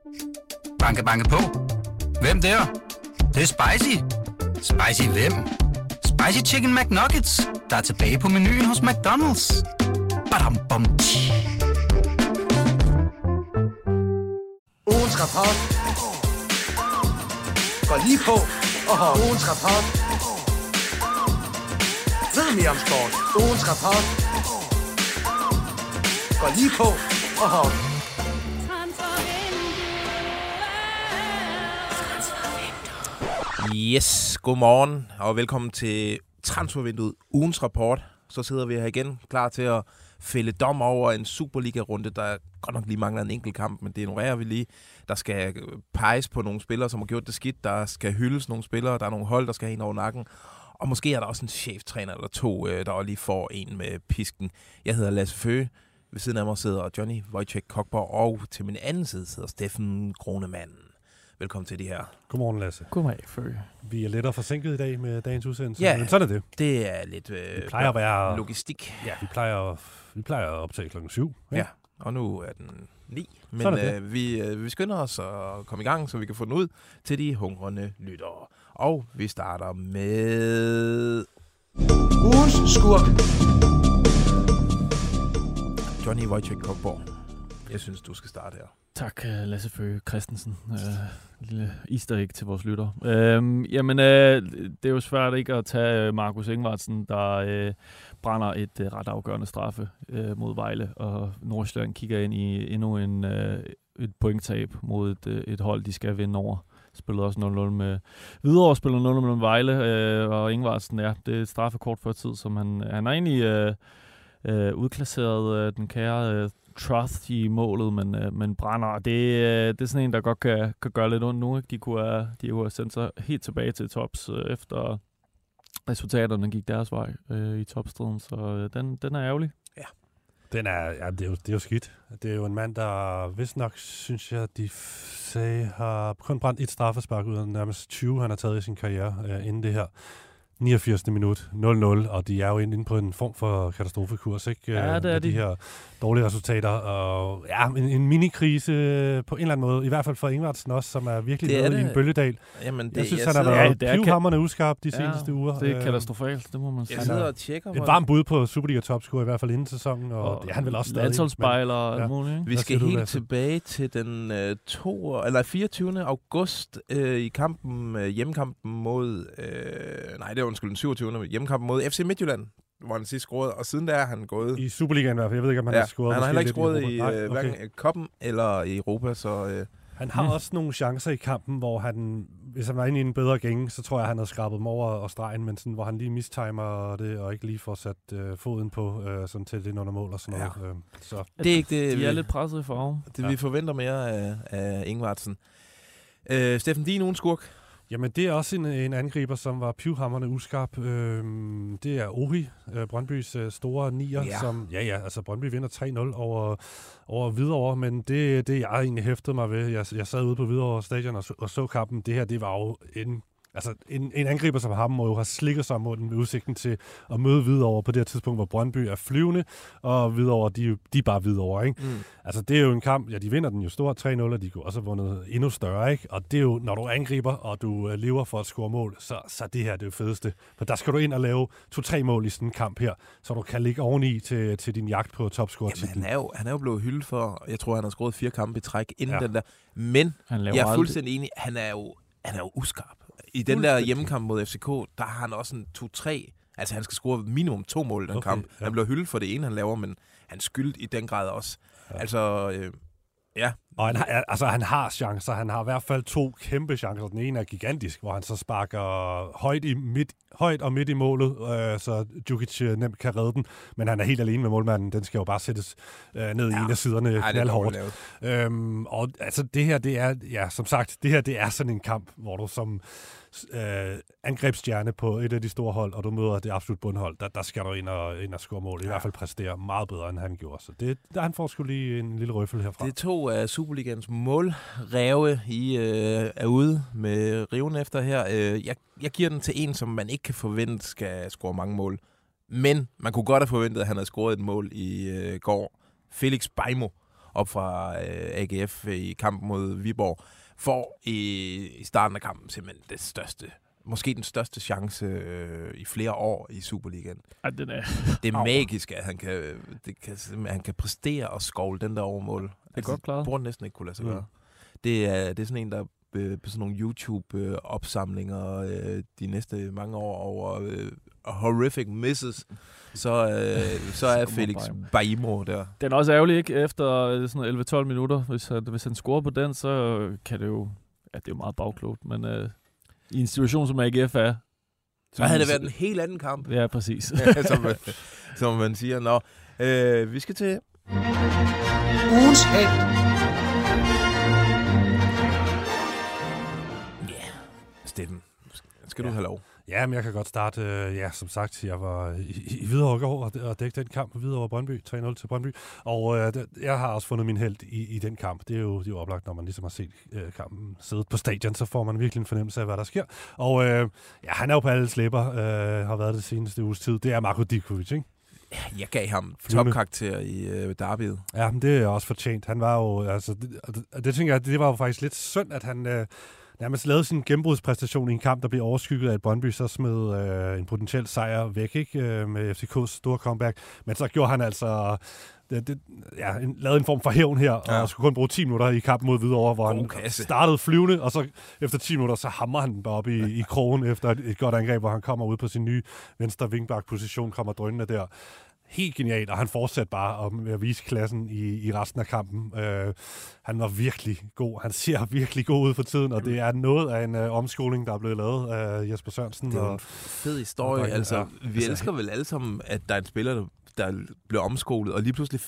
Banke, banke på. Hvem der? Det er spicy. Spicy hvem? Spicy Chicken McNuggets, der er tilbage på menuen hos McDonald's. Badum, bom, Ugens Rapport går lige på og har ugens Rapport. Ved mere om sport. Ugens Rapport går lige på og har. Yes, godmorgen og velkommen til Transfervinduet, ugens rapport. Så sidder vi her igen, klar til at fælde dom over en Superliga-runde, der godt nok lige mangler en enkelt kamp, men det ignorerer vi lige. Der skal peges på nogle spillere, som har gjort det skidt. Der skal hyldes nogle spillere, der er nogle hold, der skal have en over nakken. Og måske er der også en cheftræner eller to, der lige får en med pisken. Jeg hedder Lasse Føge. Ved siden af mig sidder Johnny Wojciech Kokborg, og til min anden side sidder Steffen Gronemann. Velkommen til det her. Godmorgen, Lasse. Godmorgen, Føge. Vi er lettere forsinket i dag med dagens udsendelse, ja, men sådan er det. Det er lidt plejer at være logistik. Ja, vi plejer at optage klokken 7. Ja, og nu er den 9. Men vi skynder os at komme i gang, så vi kan få den ud til de hungrende lyttere. Og vi starter med Ugens skurk. Johnny Wojciech Kokborg. Jeg synes, du skal starte her. Tak, Lasse Føge Christensen. Lille easter egg til vores lytter. Det er jo svært ikke at tage Markus Ingvartsen, der brænder et ret afgørende straffe mod Vejle, og Nordsjælland kigger ind i endnu et pointtab mod et hold, de skal vinde over. Spillede også 0-0 med Hvidovre, spiller 0-0 med Vejle, og Ingvartsen, ja, det er et straffekort før tid, som han har egentlig udklasseret den kære Trust i målet, men brænder. Det er sådan en, der godt kan gøre lidt ondt nu. Ikke? De kunne have sendt sig helt tilbage til tops, efter resultaterne gik deres vej i topstriden, så den er ærgerlig. Ja. Det er jo skidt. Det er jo en mand, der vist nok, synes jeg, de sagde, har kun brændt et straffespark ud af nærmest 20, han har taget i sin karriere inden det her. 89. minut, 0-0, og de er jo inde på en form for katastrofekurs, ikke? Ja, det er de her dårlige resultater, og ja, en minikrise på en eller anden måde, i hvert fald for Ingvartsen også, som er virkelig nede i en bølgedal. Jamen, jeg synes, han har været pivhamrende uskarp de seneste uger. Det er katastrofalt, det må man sige. Jeg sidder og tjekker et varmt bud på Superliga-topscorer, i hvert fald inden sæsonen, og det er han vel også stadig. Landsholdsspejler og alt muligt, ikke? Vi skal helt tilbage til den 24. august i hjemmekampen mod... den 27. hjemmekampen mod FC Midtjylland, hvor han sidst scorede, og siden der er han gået... I Superligaen i hvert fald. Jeg ved ikke, om han har scoret. Han har heller ikke scoret i hverken Koppen eller i Europa, så... Han har også nogle chancer i kampen, hvor han, hvis han var inde i en bedre gænge, så tror jeg, han havde skrabet dem over og stregen, men sådan, hvor han lige mistimer det, og ikke lige får sat foden på sådan til det under mål og sådan noget. Ja. Så. Det er ikke det, de er lidt presset i farven. Det vi forventer mere af Ingvartsen. Steffen, din ugens skurk? Jamen, det er også en angriber, som var pivhamrende uskarp. Det er Ohi, Brøndbys store nier, som... Altså Brøndby vinder 3-0 over Hvidovre, men det jeg egentlig hæftede mig ved. Jeg sad ude på Hvidovre Stadion og så kampen. Det her, det var jo en angriber som ham må jo have slikket sig om munden med udsigten til at møde Hvidovre på det her tidspunkt, hvor Brøndby er flyvende, og Hvidovre, de er bare Hvidovre, ikke? Altså, det er jo en kamp, de vinder den jo stort 3-0, og de kunne også have vundet endnu større, ikke? Og det er jo, når du angriber, og du lever for at score mål, så det her det er jo fedeste. For der skal du ind og lave 2-3 mål i sådan en kamp her, så du kan ligge oveni til din jagt på topscorer-titlen. Han er jo blevet hyldet for, jeg tror, han har scoret 4 kampe i træk inden den der. Men jeg er fuldstændig enig, han er jo uskarp. I den der hjemmekamp mod FCK, der har han også en 2-3... Altså, han skal score minimum 2 mål i den kamp. Ja. Han bliver hyldet for det ene, han laver, men han skyldt i den grad også. Ja. Altså, ja. Og han har chancer. Han har i hvert fald 2 kæmpe chancer. Den ene er gigantisk, hvor han så sparker højt og midt i målet, så Djukic nemt kan redde den. Men han er helt alene med målmanden. Den skal jo bare sættes ned i en af siderne knaldhårdt. Og altså, det her, det er, som sagt, det er sådan en kamp, hvor du som angrebsstjerne på et af de store hold, og du møder det absolut bundhold, der skal du ind og score mål. I hvert fald præstere meget bedre, end han gjorde. Så han får sgu lige en lille røffel herfra. Det er 2 af Superligans målræve, I er ude med riven efter her. Jeg giver den til en, som man ikke kan forvente skal score mange mål. Men man kunne godt have forventet, at han havde scoret et mål i går. Felix Beimo. op fra AGF i kampen mod Viborg, får i starten af kampen simpelthen det største, måske den største chance i flere år i Superligaen. Ej, det er magisk, at han kan præstere og skovle den der overmål. Det er godt klaret. Burde næsten ikke kunne lade sig gøre. Det er sådan en, der på sådan nogle YouTube-opsamlinger de næste mange år over horrific misses, så er Felix Baimo der. Den er også ærgerlig, ikke? Efter sådan 11-12 minutter. Hvis han scorer på den, så kan det jo... Ja, det er jo meget bagklogt, men i en situation, som AGF er... Så havde det været en helt anden kamp. Ja, præcis. som man siger. Nå, vi skal til... Ugens held. Steffen, skal du have lov? Ja, men jeg kan godt starte. Som sagt, jeg var i Hvidovre går og dækte den kamp på Hvidovre Brøndby, 3-0 til Brøndby. Og jeg har også fundet min held i den kamp. Det er jo oplagt, når man ligesom har set kampen sidde på stadion, så får man virkelig en fornemmelse af, hvad der sker. Og han er jo på alle slæber, har været det seneste uges tid. Det er Marko Divkovic, ikke? Jeg gav ham topkarakter i derbyet. Ja, men det er også fortjent. Han var jo, altså, det tænker jeg, det var jo faktisk lidt synd, at han... nærmest lavede sin gennembrudspræstation i en kamp, der blev overskygget af et Brøndby, så smed en potentiel sejr væk, ikke? Med FCK's store comeback. Men så gjorde han altså lavede en form for hævn her, og skulle kun bruge 10 minutter i kampen mod Hvidovre, hvor han startede flyvende, og så efter 10 minutter, så hammer han den bare op i krogen efter et godt angreb, hvor han kommer ud på sin nye venstre vingbak-position, kommer drønende der. Helt genialt, og han fortsatte bare at vise klassen i resten af kampen. Han var virkelig god. Han ser virkelig god ud for tiden, og det er noget af en omskoling, der er blevet lavet af Jesper Sørensen. Det er en fed historie. Vi elsker vel alle sammen, at der er en spiller, der bliver omskolet, og lige pludselig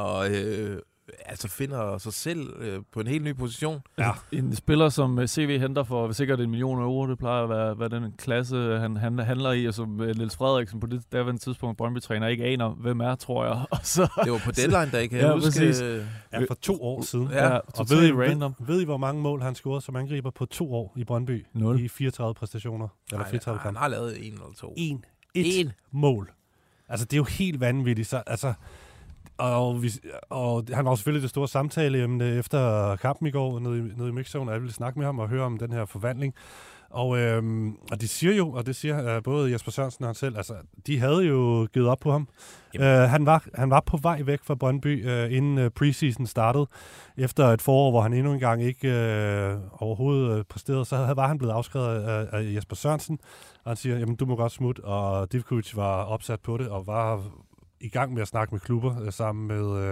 finder sig selv på en helt ny position. Ja. En spiller, som CV henter for sikkert 1 million euro, det plejer at være den klasse, han handler i, og som Niels Frederiksen på det daværende tidspunkt, Brøndby-træner, ikke aner, hvem er, tror jeg. Og så, det var på deadline, der ikke kan huske. For 2 år siden. Ja, og ved I, hvor mange mål han scorede som angriber på 2 år i Brøndby? 0. I 34 præstationer. Eller 34 han har lavet 1 eller 2. 1 mål. Altså, det er jo helt vanvittigt. Så, altså... Og han var selvfølgelig det store samtaleemne efter kampen i går nede i mixzone, og jeg ville snakke med ham og høre om den her forvandling. Og de siger jo, og det siger både Jesper Sørensen og han selv, altså de havde jo givet op på ham. Han var på vej væk fra Brøndby, inden preseason startede. Efter et forår, hvor han endnu engang ikke overhovedet præsterede, så var han blevet afskrevet af Jesper Sørensen. Og han siger, jamen du må godt smutte, og Divkovic var opsat på det, og var i gang med at snakke med klubber sammen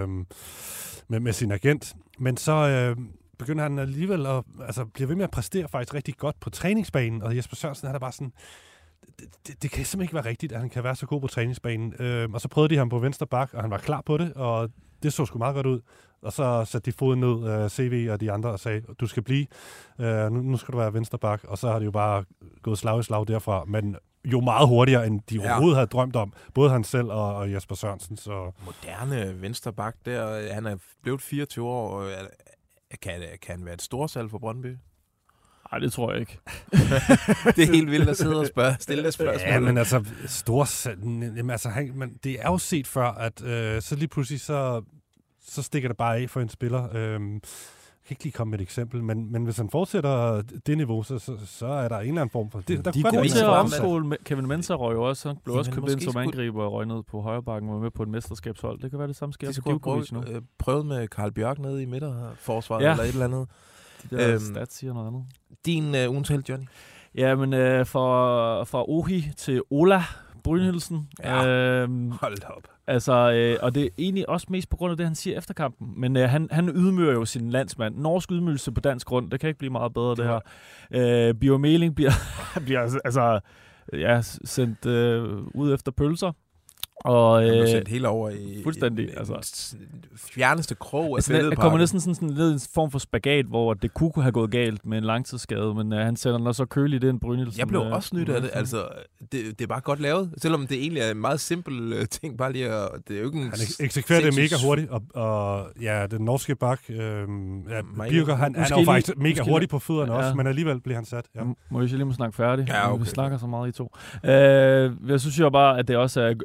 med sin agent. Men så begynder han alligevel at blive ved med at præstere faktisk rigtig godt på træningsbanen, og Jesper Sørensen er der bare sådan, det kan simpelthen ikke være rigtigt, at han kan være så god på træningsbanen. Og så prøvede de ham på venstre bak, og han var klar på det, og det så sgu meget godt ud. Og så satte de foden ned, CV og de andre, og sagde, du skal blive, nu skal du være venstre bak, og så har de jo bare gået slag i slag derfra, men jo meget hurtigere, end de overhovedet havde drømt om. Både han selv og Jesper Sørensen. Så. Moderne venstreback der. Han er blevet 24 år. Kan han være et storsalg for Brøndby? Nej, det tror jeg ikke. Det er helt vildt at sidde og stille det spørgsmål. Ja, men altså, storsalg... det er jo set før, at så lige pludselig så stikker det bare af for en spiller. Jeg kan ikke lige komme med et eksempel, men hvis han fortsætter det niveau, så er der en eller anden form for... De er gode til at omskole. Kevin Mensah røg jo også. Han blev også købt ind som angriber og røg ned på højrebakken og var med på et mesterskabshold. Det kan være det samme sker for Divkovic nu. Prøvet med Carl Bjørk nede i midterforsvaret eller et eller andet. De der stats siger noget andet. Din ugens held, Johnny? Ja, men fra Ohi til Ola Brynhildsen. Hold op. Altså, og det er egentlig også mest på grund af det, han siger efter kampen. Men han ydmyger jo sin landsmand. Norsk ydmygelse på dansk grund, det kan ikke blive meget bedre, det her. Bjørn Meling bliver sendt ud efter pølser. Og han blev sendt helt over i fuldstændig, fjerneste krog af fældeparken. Han kommer næsten sådan ned i en form for spagat, hvor det kunne have gået galt med en langtidsskade, men han sender den så køligt ind, Brynildsen. Jeg blev også snydt af det. Altså, det er bare godt lavet, selvom det egentlig er en meget simpel ting. Bare lige at, det er jo ikke en... Han eksekverer det mega hurtigt, og den norske bak, Birker, han er jo faktisk mega hurtig på fødderne også, men alligevel bliver han sat. Ja. Må vi lige snakke færdigt? Ja, okay. Vi snakker så meget i to. Jeg synes jo bare, at det også er god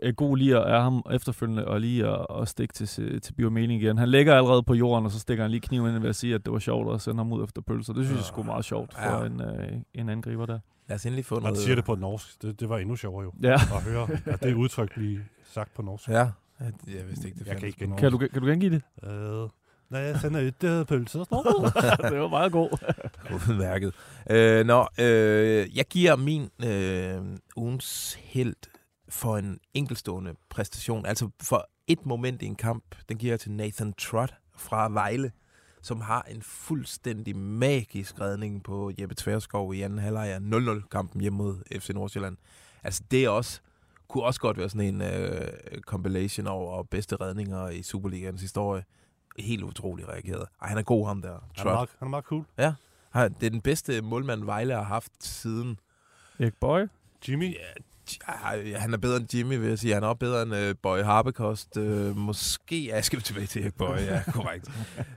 lige er ham efterfølgende og lige at stikke til biomening igen. Han ligger allerede på jorden, og så stikker han lige kniven ind ved at sige, at det var sjovt at sende ham ud efter pølser. Det synes jeg sgu meget sjovt for en angriber der. Lad os endelig få noget... Man siger det på norsk. Det var endnu sjovere jo. Ja. At høre, at det udtryk blive sagt på norsk. Ja, jeg vidste ikke, det jeg kan ikke kan du gengive det? Nej, jeg sender et pølser. Det var meget god. Udmærket. Jeg giver min ugens helt for en enkeltstående præstation. Altså for et moment i en kamp, den giver jeg til Nathan Trott fra Vejle, som har en fuldstændig magisk redning på Jeppe Tverskov i anden halvleg af 0-0-kampen hjemme mod FC Nordsjælland. Altså det kunne også godt være sådan en compilation over bedste redninger i Superligaens historie. Helt utroligt reageret. Ej, han er god, ham der. Han er meget cool. Ja, det er den bedste målmand, Vejle har haft siden... Erik Boy? Jimmy? Ja, han er bedre end Jimmy, vil jeg sige. Han er også bedre end Boy Harbekost. Måske... Ja, jeg skal tilbage til Erik Boy. Ja, korrekt.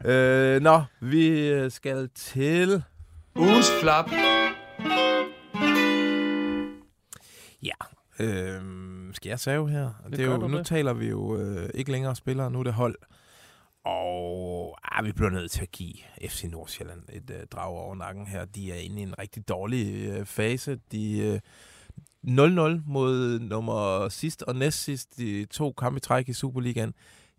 Vi skal til... Ugens flop. Ja. Skal jeg save her? Nu taler vi jo ikke længere spillere, nu er det hold. Og vi bliver nødt til at give FC Nordsjælland et drag over nakken her. De er inde i en rigtig dårlig fase. De 0-0 mod nummer sidst og næst sidst. De 2 kampe i træk i Superligaen.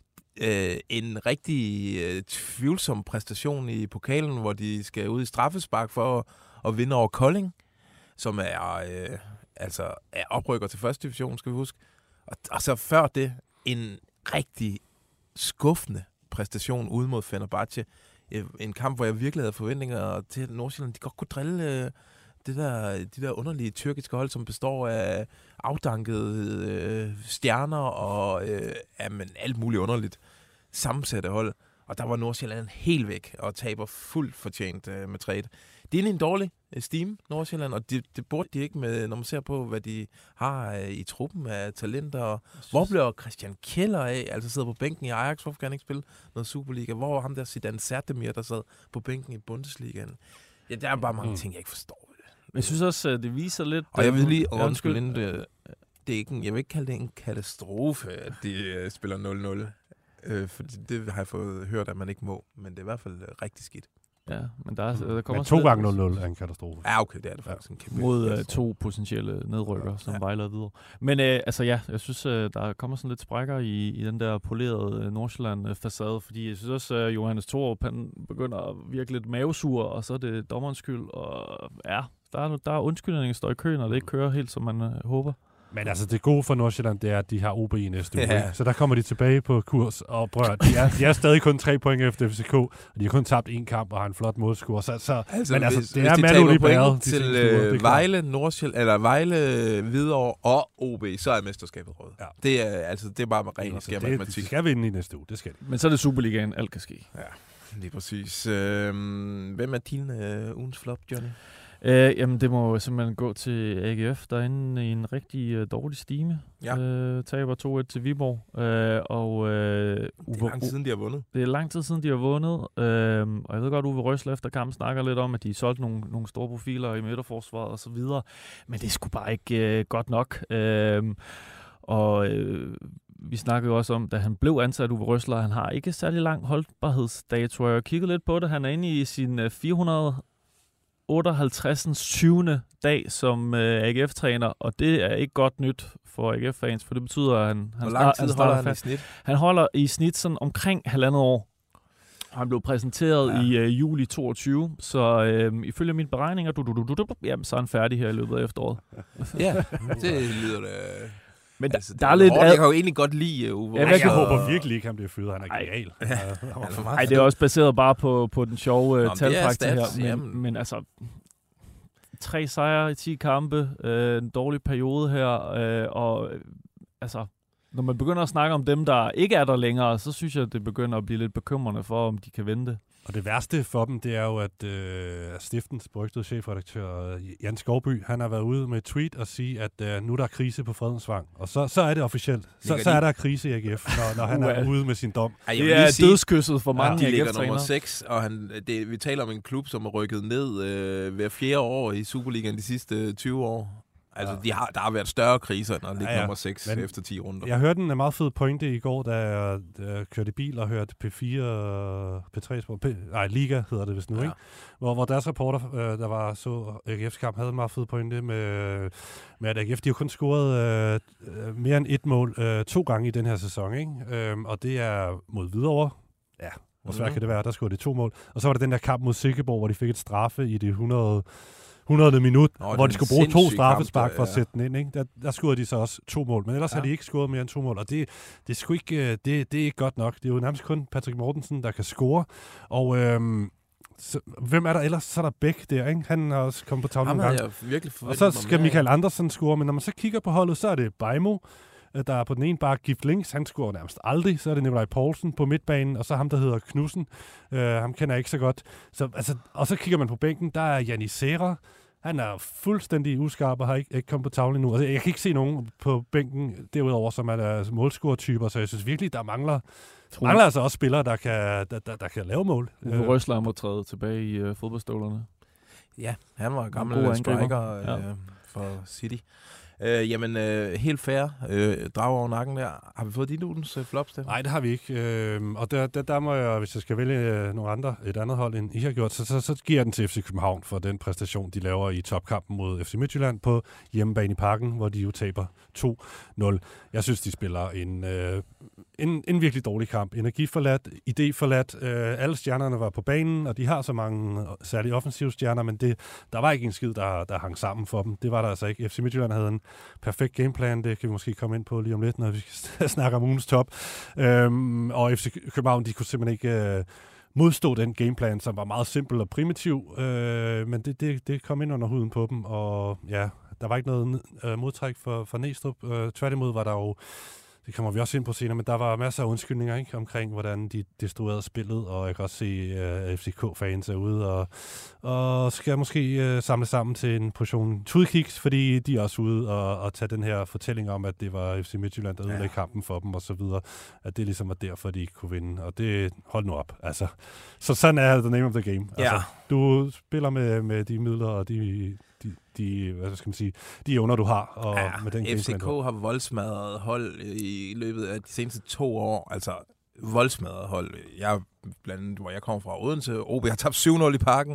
En rigtig tvivlsom præstation i pokalen, hvor de skal ud i straffespark for at vinde over Kolding, som er oprykker til første division, skal vi huske. Og så før det, en rigtig skuffende præstation ude mod Fenerbahce. En kamp, hvor jeg virkelig havde forventninger til, at Nordsjælland de godt kunne drille de der underlige tyrkiske hold, som består af afdankede stjerner og alt muligt underligt sammensatte hold. Og der var Nordsjælland helt væk og taber fuldt fortjent med 3. Det er en dårlig steam, Nordsjælland, og det burde de ikke med, når man ser på, hvad de har i truppen af talenter. Hvor bliver Christian Keller af? Altså sidder på bænken i Ajax, hvorfor kan han ikke spille noget Superliga? Hvor var ham der Zidane Sertemir, der sad på bænken i Bundesligaen? Ja, der er bare mange ting, jeg ikke forstår. Men jeg synes også, det viser lidt... Og jeg vil lige det er ikke jeg vil ikke kalde det en katastrofe, at de spiller 0-0. For det har jeg fået hørt, at man ikke må. Men det er i hvert fald rigtig skidt. Ja, men der kommer... Men 2 gange 0-0 er en katastrofe. Ja, okay, det er det faktisk en kæmpe... Mod 2 potentielle nedrykker, som Vejle videre. Men jeg synes, der kommer sådan lidt sprækker i den der polerede Nordsjælland-facade, fordi jeg synes også, at Johannes Thorup begynder at virke lidt mavesur, og så er det dommerens skyld, og der er undskyldninger, står i køen, og det ikke kører helt, som man håber. Men altså, det gode for Nordsjælland, det er, at de har OB i næste uge. Så der kommer de tilbage på kurs og prøver. De er stadig kun 3 point efter FCK, og de har kun tabt 1 kamp og har en flot målscore. Men hvis det er Manu i bæret. Til Vejle, Nordsjælland, eller Vejle, Hvidovre og OB, så er mesterskabet rødt. Ja. Det er bare med ren og skær matematik. De skal vinde i næste uge, det skal de. Men så er det Superligaen, alt kan ske. Ja, lige præcis. Hvem er din ugens flop, Johnny? Jamen, det må simpelthen gå til AGF, der er inde i en rigtig dårlig stime. Ja. Taber 2-1 til Viborg. Det er lang tid siden, de har vundet. Det er lang tid siden, de har vundet. Og jeg ved godt, Uwe Røsler efter kampen snakker lidt om, at de solgte nogle store profiler i midterforsvaret og så videre. Men det er sgu bare ikke godt nok. Vi snakkede også om, da han blev ansat, Uwe Røsler, han har ikke særlig lang holdbarhedsdato. Jeg kiggede lidt på det. Han er inde i sin 458. 20. dag som AGF-træner, og det er ikke godt nyt for AGF-fans, for det betyder, at han holder han i snit? Han holder i snit sådan omkring 1,5 år. Han blev præsenteret i juli 22, så ifølge mine beregninger, så er han færdig her i løbet af efteråret. Ja, det lyder da... Men der er lidt... Jeg kan jo egentlig godt lide Uwe. Jeg håber virkelig ikke, han bliver fyret. Han er genial. Nej, det er også baseret bare på den sjove talfaktor her. Men altså... 3 sejre i 10 kampe, en dårlig periode her, og altså... Når man begynder at snakke om dem, der ikke er der længere, så synes jeg, at det begynder at blive lidt bekymrende for, om de kan vente. Og det værste for dem, det er jo, at Stiftens berygtede chefredaktør Jan Skovby, han har været ude med et tweet og sige, at nu der er krise på Fredensvang. Og så er det officielt. Så er der krise i AGF, når han er ude med sin dom. Det er dødskysset for mange AGF-trænere. De ligger nummer 6, og vi taler om en klub, som er rykket ned hver 4. år i Superligaen de sidste 20 år. Altså, der har været større kriser, end at ligge nummer 6 efter 10 runder. Jeg hørte en meget fed pointe i går, da jeg kørte i bil og hørte P4, P3 Sport, Liga hedder det vist nu, ikke? Hvor deres reporter, der var så AGF's kamp, havde en meget fed pointe med at AGF, de har kun scoret mere end 1 mål 2 gange i den her sæson, ikke? Og det er mod Hvidovre. Ja, hvor svært kan det være? Der scorede de 2 mål. Og så var det den der kamp mod Silkeborg, hvor de fik et straffe i det 100. minut, hvor de skulle bruge 2 straffespark for at sætte den ind. Ikke? Der scorede de så også 2 mål, men ellers har de ikke scoret mere end 2 mål, og det er sgu ikke, det er ikke godt nok. Det er jo nærmest kun Patrick Mortensen, der kan score, og hvem er der ellers? Så er der Bæk der, ikke? Han har også kommet på tavlen nogle gange. Og så skal Michael Andersen score, men når man så kigger på holdet, så er det Bajmo, der er på den ene bare Gift Links, han scorer nærmest aldrig. Så er det Nikolaj Poulsen på midtbanen, og så ham, der hedder Knudsen. Ham kender jeg ikke så godt. Så, altså, og så kigger man på bænken, der er Jannis Serra. Han er fuldstændig uskarp og har ikke kommet på tavlen endnu. Altså, jeg kan ikke se nogen på bænken derudover, som er målscorer-typer, så jeg synes virkelig, der mangler altså også spillere, der kan lave mål. Uwe Røsler må træde tilbage i fodboldstøvlerne. Ja, han var gammel striker for City. Helt fair. Drag over nakken der. Har vi fået dit ugens flops der? Nej, det har vi ikke. Og der må jeg, hvis jeg skal vælge et andet hold, end I har gjort, så giver jeg den til FC København for den præstation, de laver i topkampen mod FC Midtjylland på hjemmebane i Parken, hvor de jo taber 2-0. Jeg synes, de spiller en virkelig dårlig kamp. Energiforladt, idéforladt. Alle stjernerne var på banen, og de har så mange særlige offensive stjerner, men der var ikke en skid, der hang sammen for dem. Det var der altså ikke. FC Midtjylland havde en perfekt gameplan. Det kan vi måske komme ind på lige om lidt, når vi skal snakke om ugens top. Og FC København, de kunne simpelthen ikke modstå den gameplan, som var meget simpel og primitiv, men det kom ind under huden på dem, og ja, der var ikke noget modtræk for Næstrup. Tværtimod var der jo, det kommer vi også ind på senere, men der var masser af undskyldninger, ikke, omkring, hvordan de destruerede spillet, og jeg kan også se FCK-fans er ude og skal måske samle sammen til en portion tudkiks, fordi de er også ude og tage den her fortælling om, at det var FC Midtjylland, der ødelagde kampen for dem, og så videre, at det ligesom var derfor, de ikke kunne vinde, og det hold nu op, altså. Så sådan er the name of the game. Ja. Altså, du spiller med de midler, og de hvad skal man sige, de evner, du har. Og med den FCK har voldsmadret hold i løbet af de seneste 2 år. Altså, voldsmadret hold. Blandt andet, hvor jeg kommer fra Odense, OB har tabt 7-0 i Parken.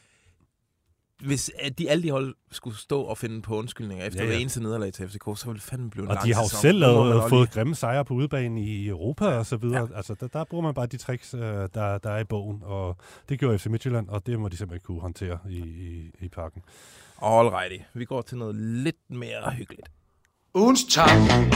Hvis alle de hold skulle stå og finde på undskyldninger efter det eneste nederlag til FCK, så ville det fandme blive en lang sæson. Og de har jo selv fået grimme sejre på udebanen i Europa og så videre. Ja. Altså, der bruger man bare de tricks, der er i bogen, og det gjorde FC Midtjylland, og det må de simpelthen kunne håndtere i Parken. Alrighty. Vi går til noget lidt mere hyggeligt. Ugens top.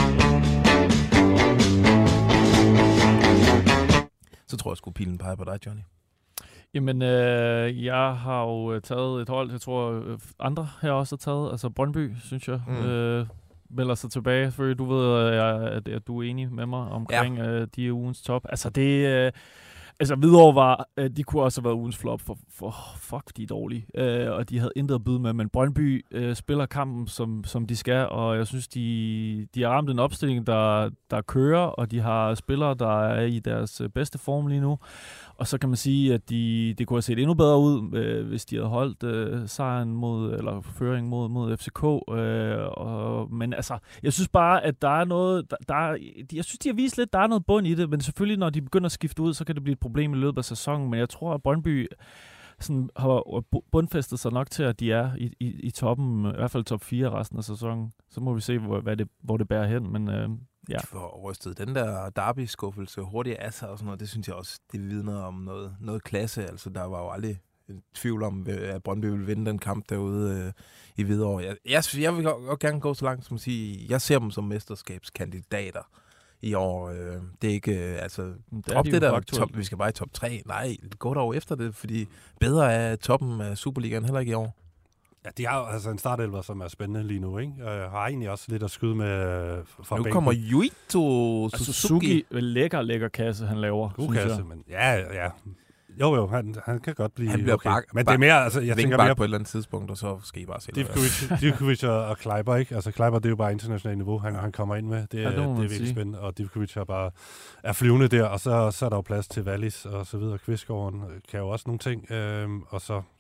Så tror jeg sgu pilen peger på dig, Johnny. Jamen, jeg har jo taget et hold, jeg tror andre her også har taget. Altså Brøndby, synes jeg, melder sig tilbage. For du ved, at du er enig med mig omkring de ugens top. Altså det... Hvidovre var, de kunne også have været ugens flop, for de er dårlige, og de havde intet at byde med, men Brøndby spiller kampen, som de skal, og jeg synes, de har ramt en opstilling, der kører, og de har spillere, der er i deres bedste form lige nu, og så kan man sige, at det kunne have set endnu bedre ud, hvis de havde holdt sejren eller føringen mod FCK, men altså, jeg synes bare, at der er noget, jeg synes, de har vist lidt, der er noget bund i det, men selvfølgelig, når de begynder at skifte ud, så kan det blive et problem i løbet af sæsonen, men jeg tror, at Brøndby sådan har bundfæstet sig nok til, at de er i toppen, i hvert fald top 4 resten af sæsonen. Så må vi se, hvor det bærer hen, men ja. For rystet den der derby-skuffelse hurtigt af sig og sådan noget, det synes jeg også, det vidner om noget klasse. Altså, der var jo aldrig tvivl om, at Brøndby ville vinde den kamp derude i Hvidovre. Jeg vil godt gerne gå så langt som at sige, jeg ser dem som mesterskabskandidater i år. Det er ikke, drop det der top, vi skal bare i top 3. Nej, gå dog efter det, fordi bedre er toppen af Superligaen heller ikke i år. Ja, de har altså en startelver, som er spændende lige nu, ikke? Jeg har egentlig også lidt at skyde med fra bænken. Nu kommer Yuito Suzuki. Lækker kasse, han laver. God kasse, men ja. Jo, han kan godt blive... Han bliver okay. Men det er mere, altså... Jeg tænker mere på et eller andet tidspunkt, og så skal I bare se det. Divkovic og Kleiber, ikke? Altså, Kleiber, det er jo bare internationalt niveau, han kommer ind med. Det er virkelig spændende, og Divkovic er flyvende der, og så er der jo plads til Wallis og så videre. Kvistgården kan jo også nogle ting, og så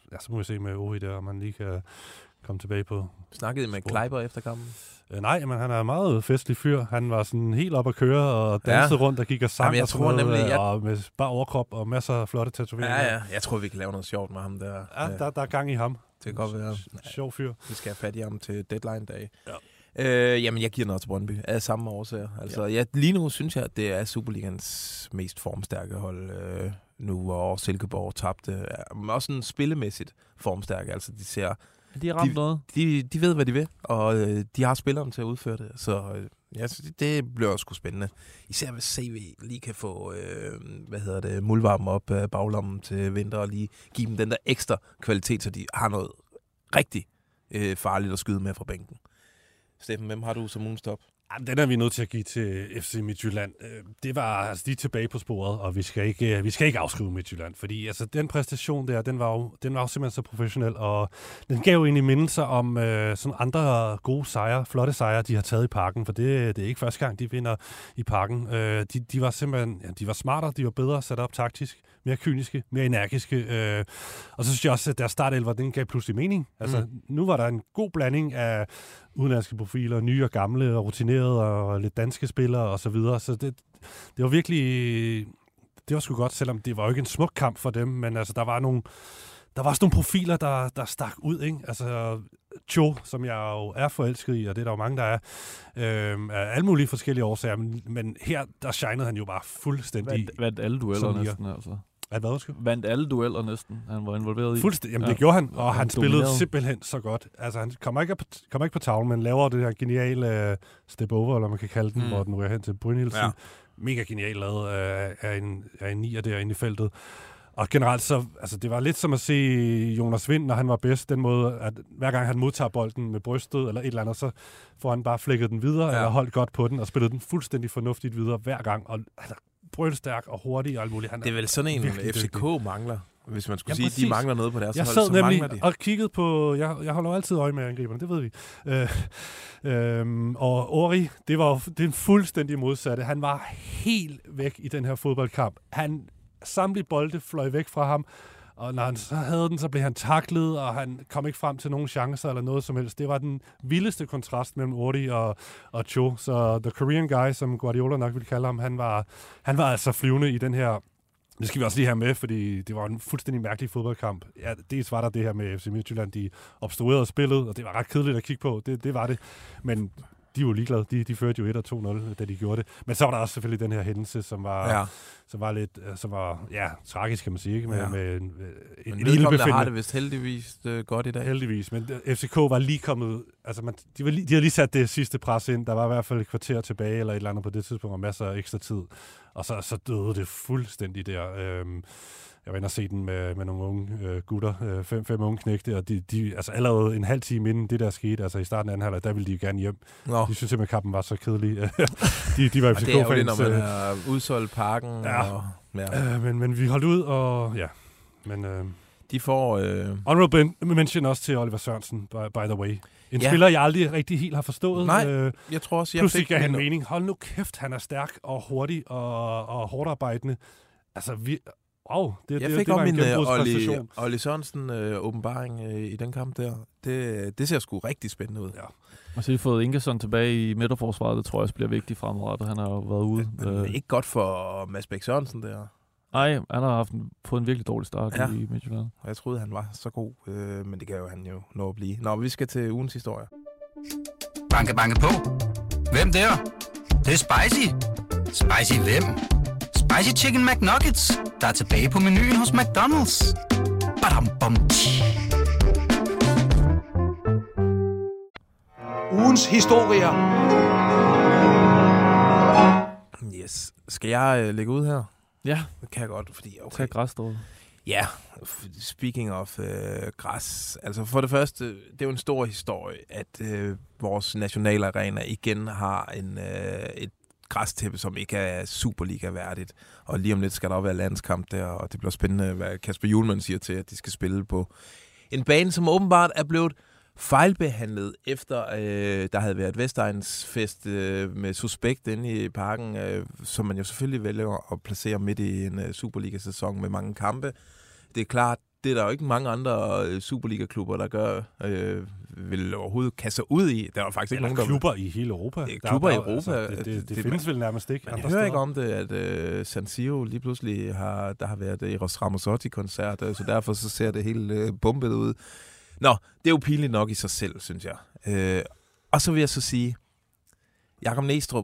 så må vi se med Ori der, om man lige kan komme tilbage på. Snakkede I med Kleiber efter kampen? Nej, men han er en meget festlig fyr. Han var sådan helt op at køre og dansede rundt og gik og sang og sådan noget, og med bare overkrop og masser af flotte tatoveringer. Ja. Jeg tror, vi kan lave noget sjovt med ham der. Ja, der er gang i ham. Det kan godt være. Sjov fyr. Vi skal have fat i ham til deadline-dag. Ja. Jamen, jeg giver noget til Brøndby af samme årsager. Altså, lige nu synes jeg, at det er Superligans mest formstærke hold nu, hvor Silkeborg tabte. Men også sådan spillemæssigt formstærke. Altså, de ser... De har ramt noget. De ved, hvad de vil, og de har spilleren til at udføre det. Så det bliver også sgu spændende. Især hvis CV lige kan få muldvarmen op af baglommen til vinter, og lige give dem den der ekstra kvalitet, så de har noget rigtig farligt at skyde med fra bænken. Steffen, hvem har du som ugens top? Den er vi nødt til at give til FC Midtjylland. Det var altså de er tilbage på sporet, og vi skal ikke afskrive Midtjylland, fordi altså den præstation der, den var jo simpelthen så professionel, og den gav jo egentlig mindelser om sådan andre gode sejre, flotte sejre, de har taget i Parken, for det er ikke første gang, de vinder i Parken. De var simpelthen, de var smartere, de var bedre sat op taktisk, mere kyniske, mere energiske. Og så synes jeg også, at deres startelver, den gav pludselig mening. Altså, nu var der en god blanding af udenlandske profiler, nye og gamle, og rutinerede, og lidt danske spillere, og så videre. Så det var virkelig... Det var sgu godt, selvom det var jo ikke en smuk kamp for dem, men altså, der var også nogle profiler, der stak ud, ikke? Altså, Cho, som jeg jo er forelsket i, og det er der jo mange, der er, af alle mulige forskellige årsager, men her, der shinede han jo bare fuldstændig... Vandt alle dueller næsten, altså. Vandt alle dueller næsten, han var involveret i. Fuldstændig, jamen det gjorde han, og han spillede simpelthen så godt. Altså han kommer ikke på tavlen, men laver det her geniale step over, eller man kan kalde den, hvor den ryger hen til Brynildsen. Ja. Mega genialt lavet af en nier derinde i feltet. Og generelt så, altså det var lidt som at se Jonas Vind, når han var bedst, den måde, at hver gang han modtager bolden med brystet eller et eller andet, så får han bare flækket den videre, eller holdt godt på den, og spillet den fuldstændig fornuftigt videre hver gang, og han er brølstærk og hurtig og alt muligt. Det er vel sådan en, FCK mangler, hvis man skulle sige, at de mangler noget på deres hold, så mangler de. Og kiggede på, jeg holder altid øje med angriberne, det ved vi. Og Ori, det er en fuldstændig modsatte. Han var helt væk i den her fodboldkamp. Samtlige bolde fløj væk fra ham, og når han så havde den, så blev han taklet, og han kom ikke frem til nogen chancer eller noget som helst. Det var den vildeste kontrast mellem Ori og Cho. Så the Korean guy, som Guardiola nok ville kalde ham, han var altså flyvende i den her. Det skal vi også lige have med, fordi det var en fuldstændig mærkelig fodboldkamp. Ja, dels var der det her med FC Midtjylland, de obstruerede spillet, og det var ret kedeligt at kigge på. Det var det. Men de var ligeglade. De førte jo 1-2-0, da de gjorde det. Men så var der også selvfølgelig den her hændelse, som var lidt tragisk, kan man sige. Ikke? Med en lille befindende. Har det vist heldigvis godt i dag. Heldigvis, men FCK var lige kommet... Altså, de havde lige sat det sidste pres ind. Der var i hvert fald et kvarter tilbage, eller et eller andet på det tidspunkt, og masser af ekstra tid. Og så døde det fuldstændig der. Jeg var inde og se den med nogle unge gutter, fem unge knægte, og de altså allerede en halv time inden det der skete, altså i starten af anden halvleg, der ville de jo gerne hjem. Nå. De synes simpelthen, at kampen var så kedelig. de var FCK-fans. Det er jo det, når man har udsolgt Parken. Men vi holdt ud, og ja. Men, de får... Honorable mention også til Oliver Sørensen, by the way. En spiller, jeg aldrig rigtig helt har forstået. Nej, jeg tror også, jeg pludselig gav han mening. Hold nu kæft, han er stærk og hurtig og hårdt arbejdende. Altså, jeg fik om min Olli Sørensen åbenbaring i den kamp der. Det ser sgu rigtig spændende ud. Ja. Og så har de fået Ingersson tilbage i midterforsvaret. Det tror jeg også bliver vigtigt fremadrettet. Han har jo været ude. Men ikke godt for Mads Bæk Sørensen der. Nej, han har fået en virkelig dårlig start i Midtjylland. Og jeg troede, han var så god, men det kan jo han jo nå at blive. Nå, vi skal til ugens historie. Banke, banke på. Hvem der? Det er spicy. Spicy hvem? Spicy Chicken McNuggets, der er tilbage på menuen hos McDonald's. Badum, bom, Ugens historier. Yes. Skal jeg lægge ud her? Ja. Det kan jeg godt, fordi... Okay. Tag græsstrået. Ja, speaking of græs. Altså for det første, det er jo en stor historie, at vores nationalarena igen har et græstæppe, som ikke er Superliga-værdigt. Og lige om lidt skal der også være landskamp der, og det bliver spændende, hvad Kasper Hjulmand siger til, at de skal spille på en bane, som åbenbart er blevet fejlbehandlet, efter der havde været Vestegnsfest med suspekt inde i Parken, som man jo selvfølgelig vælger at placere midt i en Superliga-sæson med mange kampe. Det er klart, det er der jo ikke mange andre Superliga-klubber, der gør, vil overhovedet kaste sig ud i. Der er faktisk ikke nogen, der... klubber i hele Europa. Klubber i Europa. Altså, det findes vel nærmest ikke. Man hører ikke om det, at San Siro lige pludselig der har været Eros Ramazzotti-koncert, så derfor så ser det helt bumpet ud. Nå, det er jo pinligt nok i sig selv, synes jeg. Og så vil jeg så sige, Jakob Næstrup,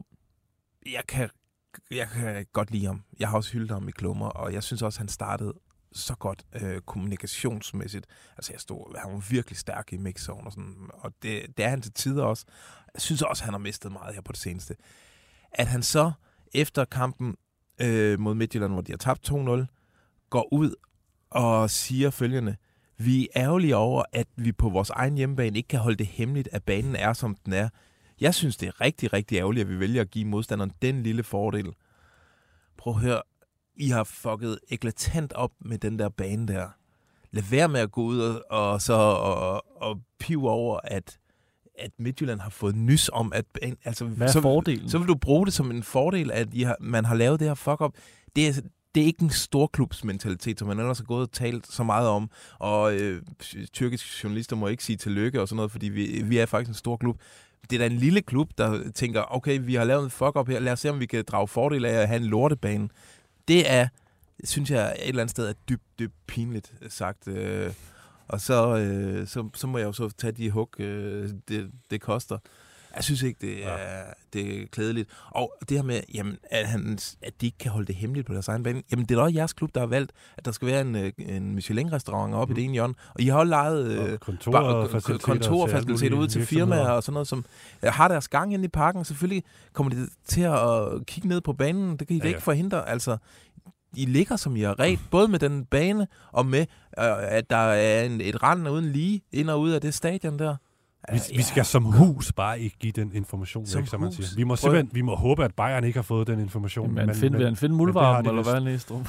jeg kan godt lide ham. Jeg har også hyldet ham i klummer, og jeg synes også, han startede så godt kommunikationsmæssigt. Altså, han var virkelig stærk i mixzone og sådan, og det er han til tider også. Jeg synes også, han har mistet meget her på det seneste. At han så, efter kampen mod Midtjylland, hvor de har tabt 2-0, går ud og siger følgende: vi er ærgerlige over, at vi på vores egen hjemmebane ikke kan holde det hemmeligt, at banen er, som den er. Jeg synes, det er rigtig, rigtig ærgerligt, at vi vælger at give modstanderen den lille fordel. Prøv at høre. I har fucket eklatant op med den der bane der. Lad være med at gå ud og pive over, at Midtjylland har fået nys om, at... Altså, hvad er fordelen? Så vil du bruge det som en fordel, at man har lavet det her fuck-up. Det er ikke en storklubsmentalitet, som man ellers har gået og talt så meget om. Og tyrkiske journalister må ikke sige tillykke og sådan noget, fordi vi er faktisk en stor klub. Det er da en lille klub, der tænker, okay, vi har lavet en fuck-up her. Lad os se, om vi kan drage fordel af at have en lortebane. Det er, synes jeg, et eller andet sted er dybt pinligt sagt. Og så må jeg jo så tage de hug, det koster. Jeg synes ikke, det er klædeligt. Og det her med, jamen, at de ikke kan holde det hemmeligt på deres egen bane. Jamen, det er da også jeres klub, der har valgt, at der skal være en Michelin-restaurant oppe i det ene hjørne. Og I har også lejet kontorfaciliteter ud til firmaer og sådan noget, som har deres gang inde i parken. Selvfølgelig kommer de til at kigge ned på banen. Det kan I da ikke forhindre. Altså, I ligger, som I har ret, både med den bane og med, at der er et rand uden lige ind og ud af det stadion der. Vi skal som hus bare ikke give den information, ikke, som man siger. Vi må håbe, at Bayern ikke har fået den information. Men finde muldvarpen, eller hvad, Næstrup?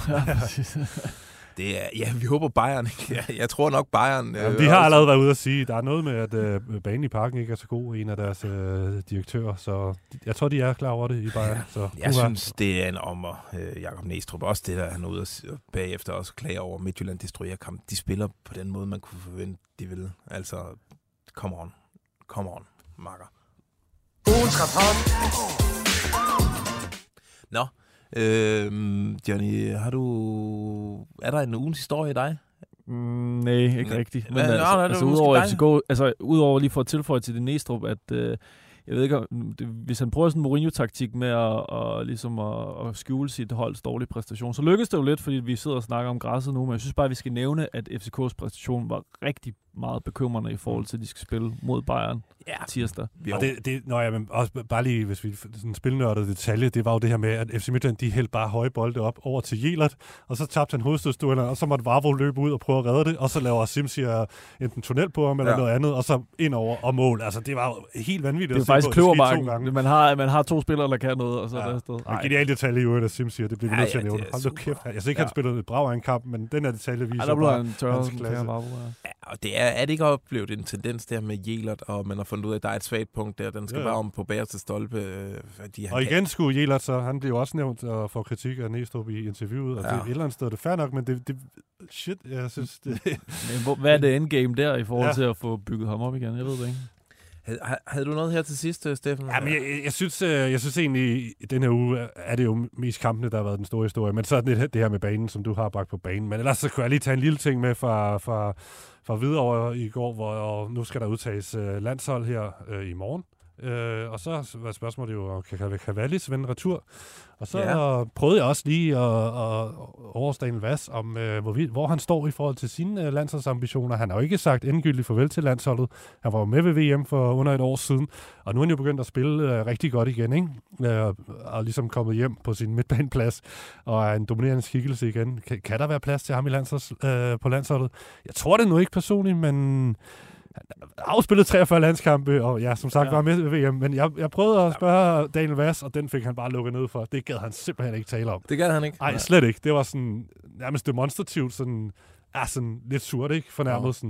Vi håber Bayern ikke. Jeg tror nok Bayern... de har allerede været ude at sige, der er noget med, at banen i parken ikke er så god, en af deres direktører, så jeg tror, de er klar over det i Bayern. Så, jeg synes, det er en ommer, Jakob Næstrup. Også det, der han er ude og bagefter også klager over Midtjylland destruerer kamp. De spiller på den måde, man kunne forvente, de vil. Altså, come on, makker. Ugens rapport. Nå, Johnny, er der en ugens historie i dig? Nej, ikke rigtigt. Men udover lige for at tilføje til det Næstrup, at jeg ved ikke, hvis han prøver sådan en Mourinho-taktik med at skjule sit holds dårlige præstation, så lykkes det jo lidt, fordi vi sidder og snakker om græsset nu, men jeg synes bare, at vi skal nævne, at FCK's præstation var rigtig meget bekymrende i forhold til, at de skal spille mod Bayern tirsdag. Og men også bare lige, hvis vi sådan spilnørdede detalje, det var jo det her med, at FC Midtjylland, de hældte bare høje bolde op over til Jelert, og så tabte han hovedstødstuerne, og så måtte Vavro løbe ud og prøve at redde det, og så laver Simsier enten tunnel på ham eller noget andet, og så ind over og mål. Altså, det var jo helt vanvittigt. Det er faktisk kløvermarken. Man har to spillere, der kan noget, og så er det afsted. En genial detalje i øvrigt af Simsier, det bliver vi nødt til at nævne. Hold nu kæft. Jeg synes ikke, han spillede et brav af en kamp, men den her detalje viser der bare en tørre klasse. Og det er det ikke oplevet en tendens der med Jelert, og man har fundet ud af, at der er et svagt punkt der, den skal bare om på bagerste stolpe. Og igen skulle Jelert så, han blev også nævnt og får kritik af Næstrup i interviewet, og det et eller andet sted, det er fair nok, men shit, jeg synes det... Men hvad er det endgame der i forhold til at få bygget ham op igen? Jeg ved det ikke. Havde du noget her til sidst, Steffen? Ja, men jeg synes egentlig, i den her uge er det jo mest kampene, der har været den store historie, men så er det her med banen, som du har bragt på banen. Men ellers så kunne jeg lige tage en lille ting med fra Hvidovre i går, hvor nu skal der udtages landshold her i morgen. Og så var spørgsmålet jo, kan Cavallis vende retur? Og så prøvede jeg også lige at overstille Vas om, hvor han står i forhold til sine landsholdsambitioner. Han har jo ikke sagt endegyldigt farvel til landsholdet. Han var jo med ved VM for under et år siden, og nu er han jo begyndt at spille rigtig godt igen, ikke? Og ligesom kommet hjem på sin midtbaneplads, og er en dominerende skikkelse igen. Kan der være plads til ham på landsholdet? Jeg tror det nu ikke personligt, men... Han afspillet 43 landskampe, og som sagt var med ved VM, men jeg prøvede at spørge Daniel Vas, og den fik han bare lukket ned for. Det gad han simpelthen ikke tale om. Det gad han ikke? Nej, slet ikke. Det var sådan nærmest demonstrativt, sådan lidt surt, ikke? Fornærmet sådan,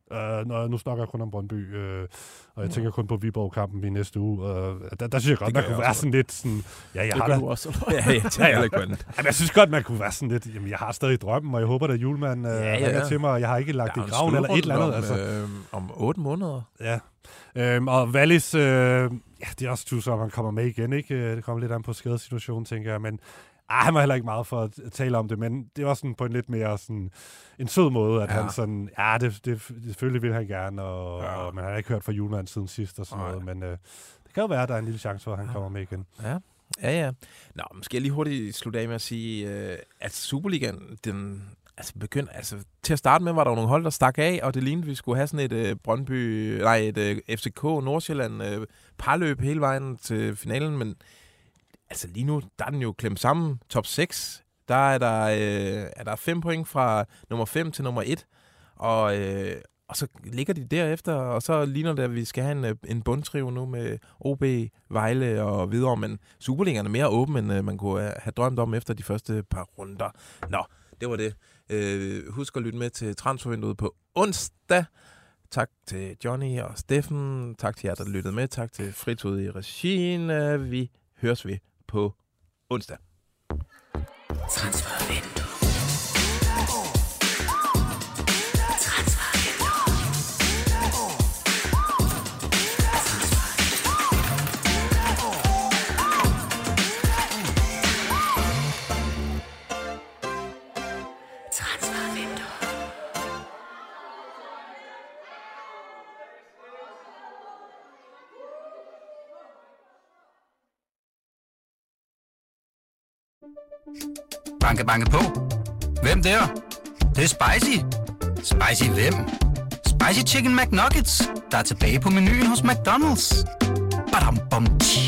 Nu snakker jeg kun om Brøndby, og jeg tænker kun på Viborg-kampen i næste uge. Der synes jeg godt, man kunne være sådan lidt sådan... Ja, jeg har du også. Jeg synes godt, man kunne være sådan lidt... Jamen, jeg har stadig drømmen, og jeg håber, at Julemand ringer til mig, og jeg har ikke lagt det i graven eller et eller andet. Altså. Om 8 måneder. Ja. Og Wallis, det er også tusind, om han kommer med igen, ikke? Det kommer lidt an på skadesituationen, tænker jeg, men... han var heller ikke meget for at tale om det, men det var sådan på en lidt mere sådan en sød måde, at han sådan, det selvfølgelig vil han gerne, og man har ikke hørt fra Julemand siden sidst og sådan noget, men det kan jo være, at der er en lille chance for, at han kommer med igen. Ja. Nå, måske jeg lige hurtigt slutte af med at sige, at Superligaen, den begyndte, til at starte med var der jo nogle hold, der stak af, og det lignede, at vi skulle have sådan et FCK FCK-Nordsjælland parløb hele vejen til finalen, men lige nu, der er den jo klemt sammen. Top 6, der er der 5 point fra nummer 5 til nummer 1. Og så ligger de derefter, og så ligner det, at vi skal have en bundtrio nu med OB, Vejle og videre. Men Superligaen er mere åben, end man kunne have drømt om efter de første par runder. Nå, det var det. Husk at lytte med til transfervinduet på onsdag. Tak til Johnny og Steffen. Tak til jer, der lyttede med. Tak til Fritud i regien. Vi høres ved på onsdag. Transfervindue. Banke, banke på. Hvem der? Det er spicy. Spicy hvem? Spicy Chicken McNuggets, der er tilbage på menuen hos McDonald's. Badum, bom, tji.